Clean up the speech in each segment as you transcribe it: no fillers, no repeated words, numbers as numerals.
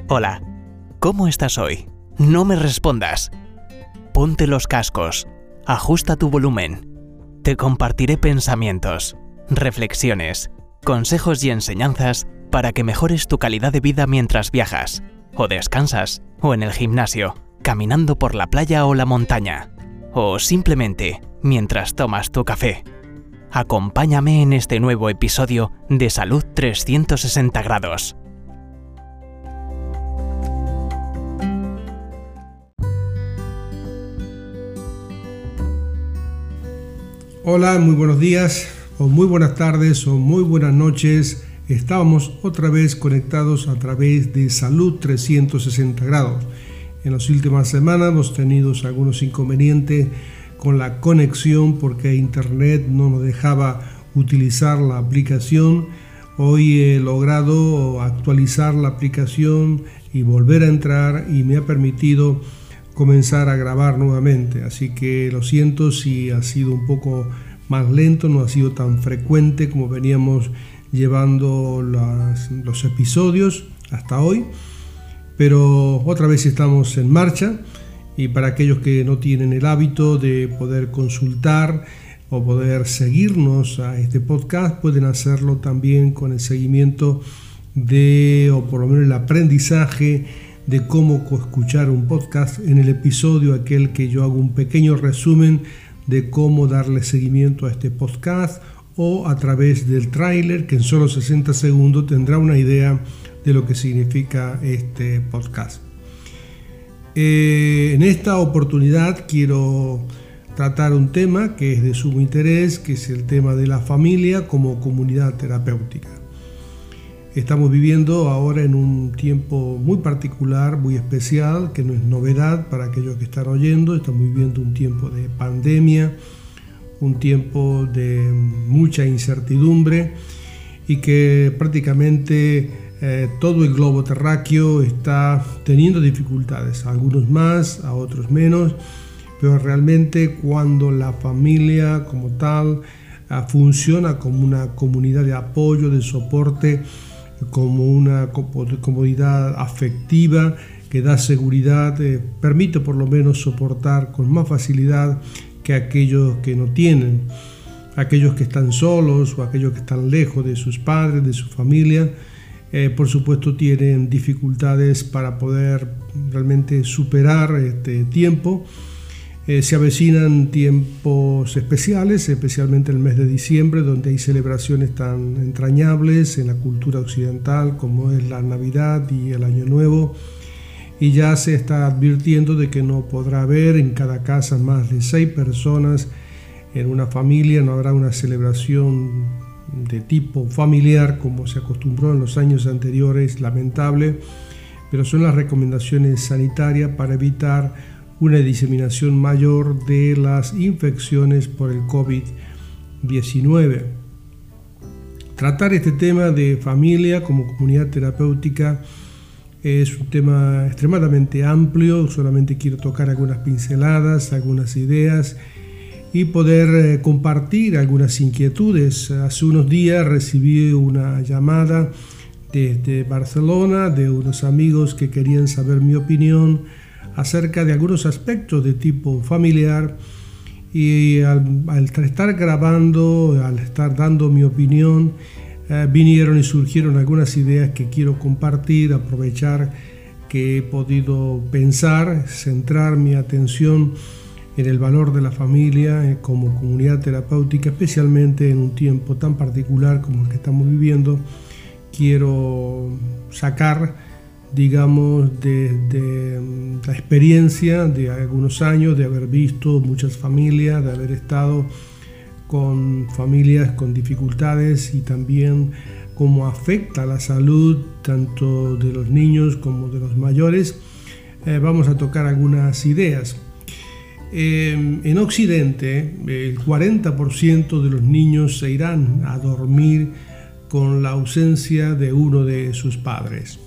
Hola, ¿cómo estás hoy? No me respondas. Ponte los cascos, ajusta tu volumen. Te compartiré pensamientos, reflexiones, consejos y enseñanzas para que mejores tu calidad de vida mientras viajas, o descansas, o en el gimnasio, caminando por la playa o la montaña, o simplemente mientras tomas tu café. Acompáñame en este nuevo episodio de Salud 360 grados. Hola, muy buenos días, o muy buenas tardes, o muy buenas noches. Estamos otra vez conectados a través de Salud 360 grados. En las últimas semanas hemos tenido algunos inconvenientes con la conexión porque Internet no nos dejaba utilizar la aplicación. Hoy he logrado actualizar la aplicación y volver a entrar y me ha permitido comenzar a grabar nuevamente, así que lo siento si ha sido un poco más lento, no ha sido tan frecuente como veníamos llevando los episodios hasta hoy, pero otra vez estamos en marcha. Y para aquellos que no tienen el hábito de poder consultar o poder seguirnos a este podcast, pueden hacerlo también con el seguimiento o por lo menos el aprendizaje de cómo escuchar un podcast en el episodio aquel que yo hago un pequeño resumen de cómo darle seguimiento a este podcast, o a través del tráiler que en solo 60 segundos tendrá una idea de lo que significa este podcast. En esta oportunidad quiero tratar un tema que es de sumo interés, que es el tema de la familia como comunidad terapéutica. Estamos viviendo ahora en un tiempo muy particular, muy especial, que no es novedad para aquellos que están oyendo. Estamos viviendo un tiempo de pandemia, un tiempo de mucha incertidumbre y que prácticamente todo el globo terráqueo está teniendo dificultades, algunos más, a otros menos, pero realmente cuando la familia como tal funciona como una comunidad de apoyo, de soporte, como una comodidad afectiva que da seguridad, permite por lo menos soportar con más facilidad que aquellos que no tienen, aquellos que están solos o aquellos que están lejos de sus padres, de su familia. Por supuesto tienen dificultades para poder realmente superar este tiempo. Se avecinan tiempos especiales, especialmente el mes de diciembre, donde hay celebraciones tan entrañables en la cultura occidental como es la Navidad y el Año Nuevo, y ya se está advirtiendo de que no podrá haber en cada casa más de 6 personas en una familia. No habrá una celebración de tipo familiar como se acostumbró en los años anteriores, lamentable, pero son las recomendaciones sanitarias para evitar una diseminación mayor de las infecciones por el COVID-19. Tratar este tema de familia como comunidad terapéutica es un tema extremadamente amplio. Solamente quiero tocar algunas pinceladas, algunas ideas y poder compartir algunas inquietudes. Hace unos días recibí una llamada desde Barcelona de unos amigos que querían saber mi opinión acerca de algunos aspectos de tipo familiar, y al estar grabando, al estar dando mi opinión, vinieron y surgieron algunas ideas que quiero compartir, aprovechar que he podido pensar, centrar mi atención en el valor de la familia como comunidad terapéutica, especialmente en un tiempo tan particular como el que estamos viviendo. Quiero sacar, digamos, de la experiencia de algunos años, de haber visto muchas familias, de haber estado con familias con dificultades, y también cómo afecta la salud tanto de los niños como de los mayores. Vamos a tocar algunas ideas. En Occidente, el 40% de los niños se irán a dormir con la ausencia de uno de sus padres.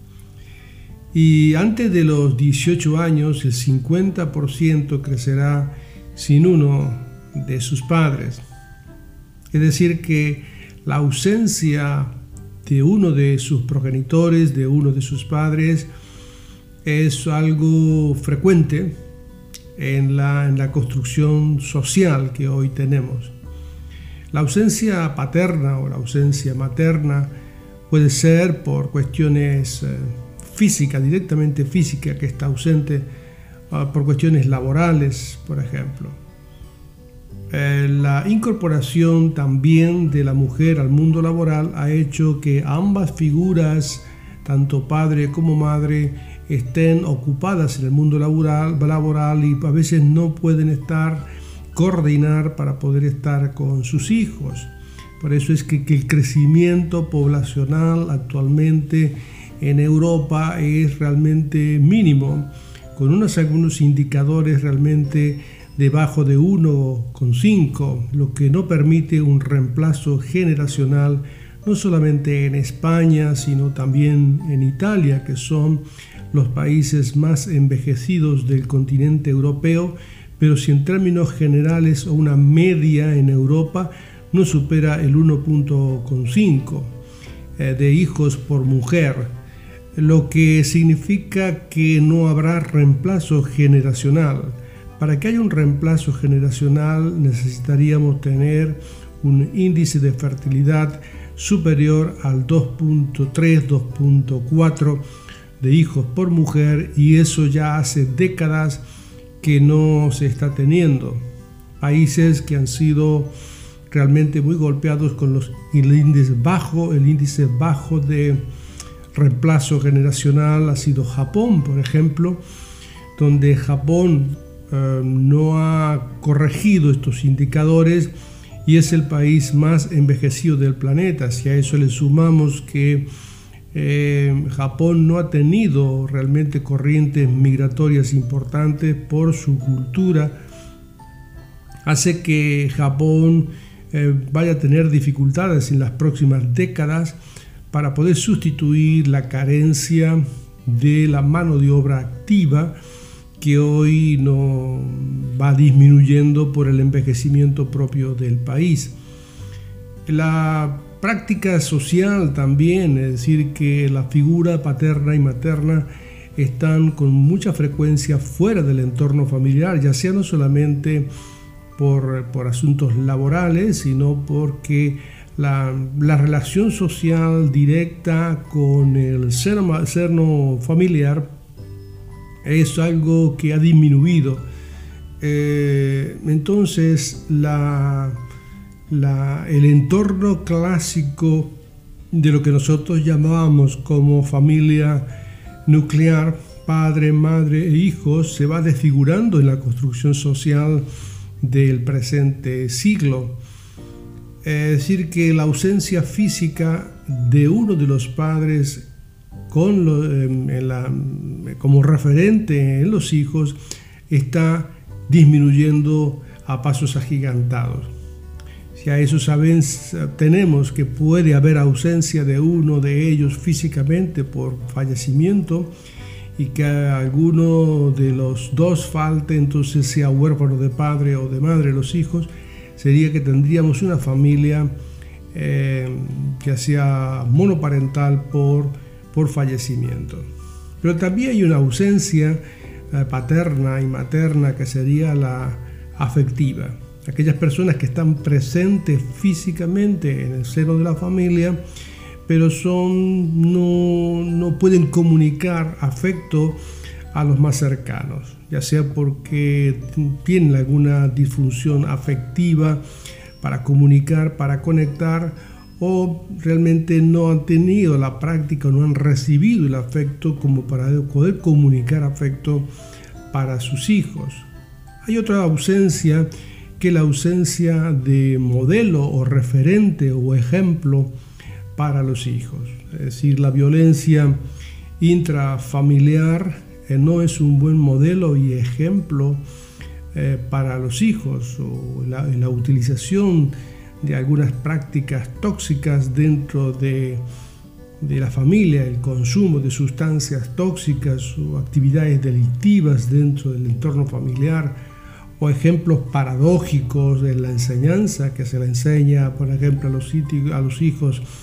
Y antes de los 18 años, el 50% crecerá sin uno de sus padres. Es decir, que la ausencia de uno de sus progenitores, de uno de sus padres, es algo frecuente en la construcción social que hoy tenemos. La ausencia paterna o la ausencia materna puede ser por cuestiones físicas, directamente físicas, que está ausente, por cuestiones laborales, por ejemplo. La incorporación también de la mujer al mundo laboral ha hecho que ambas figuras, tanto padre como madre, estén ocupadas en el mundo laboral y a veces no pueden coordinar para poder estar con sus hijos. Por eso es que el crecimiento poblacional actualmente en Europa es realmente mínimo, con algunos indicadores realmente debajo de 1,5, lo que no permite un reemplazo generacional, no solamente en España, sino también en Italia, que son los países más envejecidos del continente europeo, pero si en términos generales o una media en Europa no supera el 1,5 de hijos por mujer, lo que significa que no habrá reemplazo generacional. Para que haya un reemplazo generacional necesitaríamos tener un índice de fertilidad superior al 2,3, 2,4 de hijos por mujer, y eso ya hace décadas que no se está teniendo. Países que han sido realmente muy golpeados con el índice bajo de reemplazo generacional ha sido Japón, por ejemplo, donde Japón no ha corregido estos indicadores y es el país más envejecido del planeta. Si a eso le sumamos que Japón no ha tenido realmente corrientes migratorias importantes por su cultura, hace que Japón vaya a tener dificultades en las próximas décadas para poder sustituir la carencia de la mano de obra activa que hoy no va disminuyendo por el envejecimiento propio del país. La práctica social también, es decir, que la figura paterna y materna están con mucha frecuencia fuera del entorno familiar, ya sea no solamente por asuntos laborales, sino porque la relación social directa con el seno familiar es algo que ha disminuido. Entonces el entorno clásico de lo que nosotros llamábamos como familia nuclear, padre, madre e hijos, se va desfigurando en la construcción social del presente siglo. Es decir, que la ausencia física de uno de los padres como referente en los hijos está disminuyendo a pasos agigantados. Si a eso tenemos que puede haber ausencia de uno de ellos físicamente por fallecimiento y que alguno de los dos falte, entonces sea huérfano de padre o de madre los hijos, sería que tendríamos una familia que sea monoparental por fallecimiento. Pero también hay una ausencia paterna y materna que sería la afectiva. Aquellas personas que están presentes físicamente en el seno de la familia, pero no pueden comunicar afecto a los más cercanos, ya sea porque tienen alguna disfunción afectiva para comunicar, para conectar, o realmente no han tenido la práctica, no han recibido el afecto como para poder comunicar afecto para sus hijos. Hay otra ausencia, que es la ausencia de modelo o referente o ejemplo para los hijos. Es decir, la violencia intrafamiliar no es un buen modelo y ejemplo para los hijos, o la utilización de algunas prácticas tóxicas dentro de la familia, el consumo de sustancias tóxicas o actividades delictivas dentro del entorno familiar, o ejemplos paradójicos de la enseñanza que se le enseña, por ejemplo, a los hijos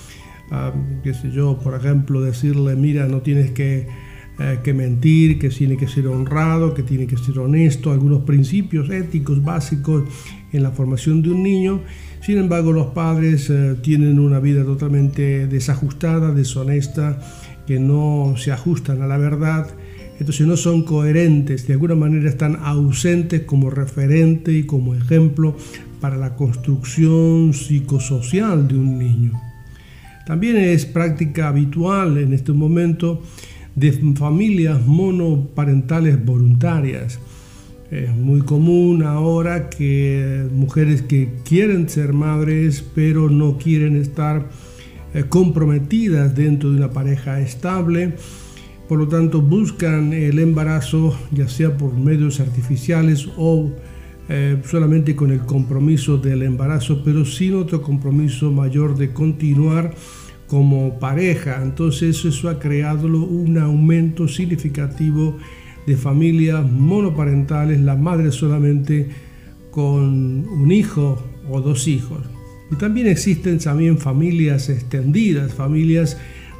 qué sé yo, por ejemplo, decirle, mira, no tienes que mentir, que tiene que ser honrado, que tiene que ser honesto, algunos principios éticos básicos en la formación de un niño. Sin embargo, los padres tienen una vida totalmente desajustada, deshonesta, que no se ajustan a la verdad, entonces no son coherentes, de alguna manera están ausentes como referente y como ejemplo para la construcción psicosocial de un niño. También es práctica habitual en este momento de familias monoparentales voluntarias. Es muy común ahora que mujeres que quieren ser madres pero no quieren estar comprometidas dentro de una pareja estable, por lo tanto buscan el embarazo ya sea por medios artificiales o solamente con el compromiso del embarazo, pero sin otro compromiso mayor de continuar como pareja. Entonces eso ha creado un aumento significativo de familias monoparentales, la madre solamente con un hijo o dos hijos. Y también existen familias extendidas, familias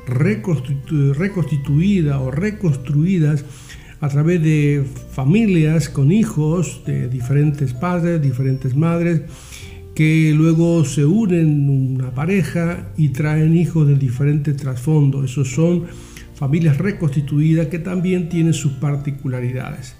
reconstituidas o reconstruidas a través de familias con hijos de diferentes padres, diferentes madres, que luego se unen en una pareja y traen hijos de diferentes trasfondos. Esos son familias reconstituidas que también tienen sus particularidades.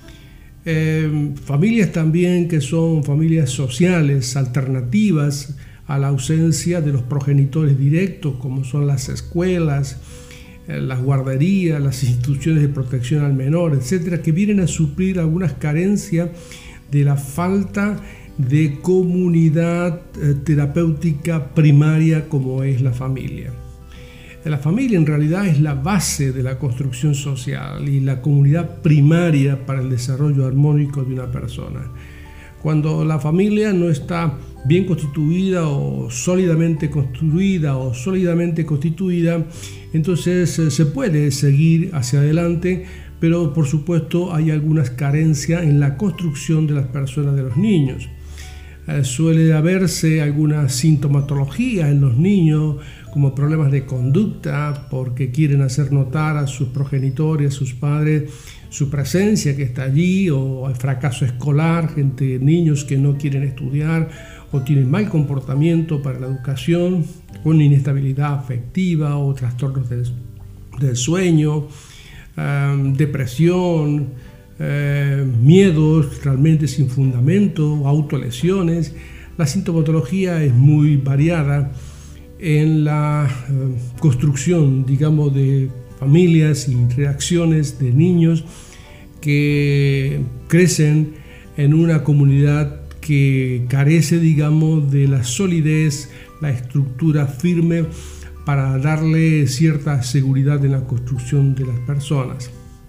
Familias también que son familias sociales, alternativas a la ausencia de los progenitores directos, como son las escuelas, las guarderías, las instituciones de protección al menor, etcétera, que vienen a suplir algunas carencias de la falta de comunidad terapéutica primaria como es la familia. La familia en realidad es la base de la construcción social y la comunidad primaria para el desarrollo armónico de una persona. Cuando la familia no está bien constituida o sólidamente construida o sólidamente constituida, entonces se puede seguir hacia adelante, pero por supuesto hay algunas carencias en la construcción de las personas, de los niños. Suele haberse alguna sintomatología en los niños, como problemas de conducta, porque quieren hacer notar a sus progenitores, a sus padres, su presencia que está allí, o hay fracaso escolar, niños que no quieren estudiar o tienen mal comportamiento para la educación, con inestabilidad afectiva o trastornos del sueño, depresión, miedos realmente sin fundamento, autolesiones. La sintomatología es muy variada en la construcción, digamos, de familias y reacciones de niños que crecen en una comunidad que carece, digamos, de la solidez, la estructura firme para darle cierta seguridad en la construcción de las personas.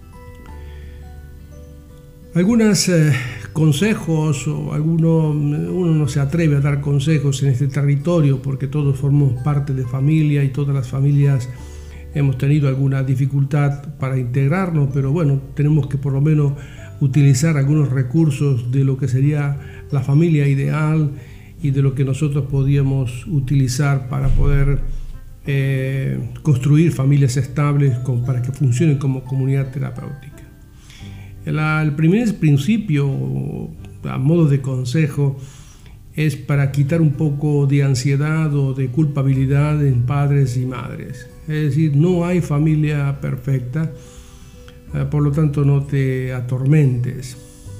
Algunos consejos, uno no se atreve a dar consejos en este territorio porque todos formamos parte de familia y todas las familias hemos tenido alguna dificultad para integrarnos, pero bueno, tenemos que por lo menos utilizar algunos recursos de lo que sería la familia ideal y de lo que nosotros podíamos utilizar para poder construir familias estables para que funcionen como comunidad terapéutica. El primer principio, a modo de consejo, es para quitar un poco de ansiedad o de culpabilidad en padres y madres. Es decir, no hay familia perfecta, por lo tanto no te atormentes.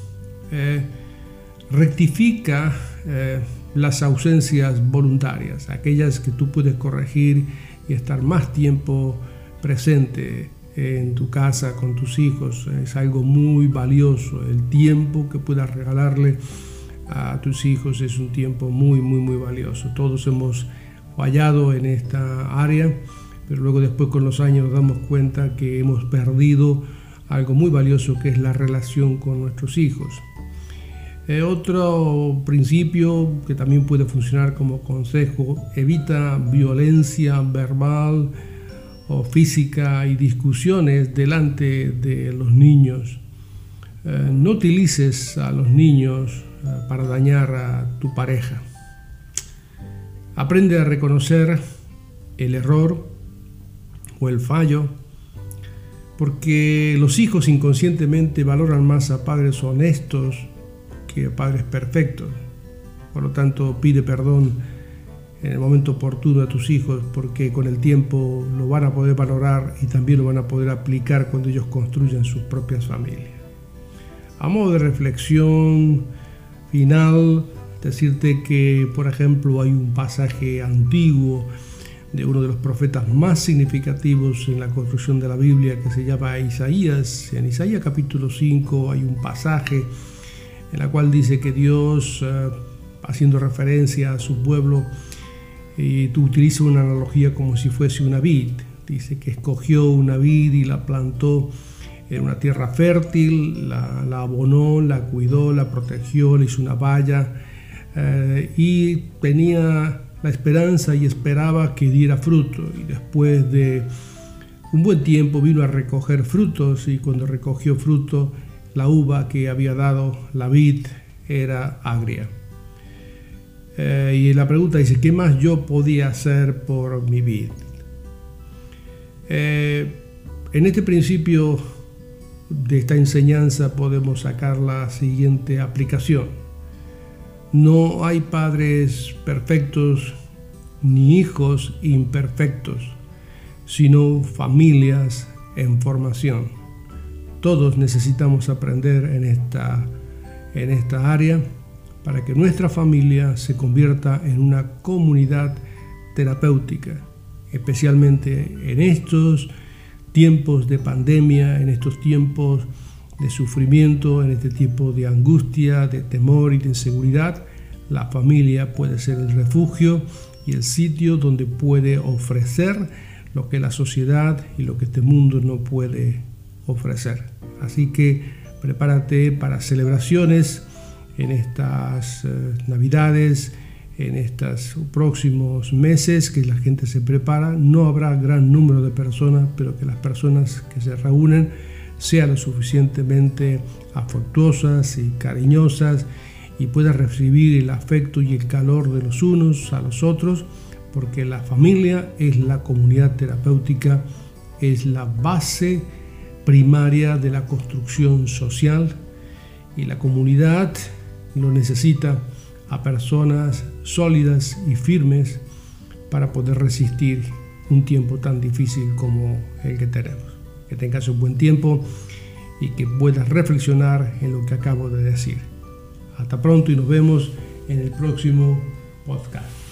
Rectifica las ausencias voluntarias, aquellas que tú puedes corregir y estar más tiempo presente en tu casa con tus hijos. Es algo muy valioso. El tiempo que puedas regalarle a tus hijos es un tiempo muy, muy, muy valioso. Todos hemos fallado en esta área, pero luego después con los años nos damos cuenta que hemos perdido algo muy valioso, que es la relación con nuestros hijos. Otro principio que también puede funcionar como consejo: evita violencia verbal o física y discusiones delante de los niños. No utilices a los niños para dañar a tu pareja. Aprende a reconocer el error o el fallo, porque los hijos inconscientemente valoran más a padres honestos que a padres perfectos. Por lo tanto, pide perdón en el momento oportuno a tus hijos, porque con el tiempo lo van a poder valorar y también lo van a poder aplicar cuando ellos construyan sus propias familias. A modo de reflexión final, decirte que, por ejemplo, hay un pasaje antiguo de uno de los profetas más significativos en la construcción de la Biblia, que se llama Isaías. En Isaías capítulo 5 hay un pasaje en el cual dice que Dios, haciendo referencia a su pueblo, utiliza una analogía como si fuese una vid. Dice que escogió una vid y la plantó en una tierra fértil, la abonó, la cuidó, la protegió, le hizo una valla, y tenía la esperanza y esperaba que diera fruto. Y después de un buen tiempo vino a recoger frutos, y cuando recogió fruto, la uva que había dado la vid era agria. Y la pregunta dice, ¿qué más yo podía hacer por mi vid? En este principio de esta enseñanza podemos sacar la siguiente aplicación. No hay padres perfectos ni hijos imperfectos, sino familias en formación. Todos necesitamos aprender en esta área para que nuestra familia se convierta en una comunidad terapéutica, especialmente en estos tiempos de pandemia, en estos tiempos de sufrimiento, en este tiempo de angustia, de temor y de inseguridad. La familia puede ser el refugio y el sitio donde puede ofrecer lo que la sociedad y lo que este mundo no puede ofrecer. Así que prepárate para celebraciones en estas Navidades, en estos próximos meses que la gente se prepara. No habrá gran número de personas, pero que las personas que se reúnen sean lo suficientemente afectuosas y cariñosas y puedan recibir el afecto y el calor de los unos a los otros, porque la familia es la comunidad terapéutica, es la base primaria de la construcción social, y la comunidad lo necesita a personas sólidas y firmes para poder resistir un tiempo tan difícil como el que tenemos. Que tengas un buen tiempo y que puedas reflexionar en lo que acabo de decir. Hasta pronto y nos vemos en el próximo podcast.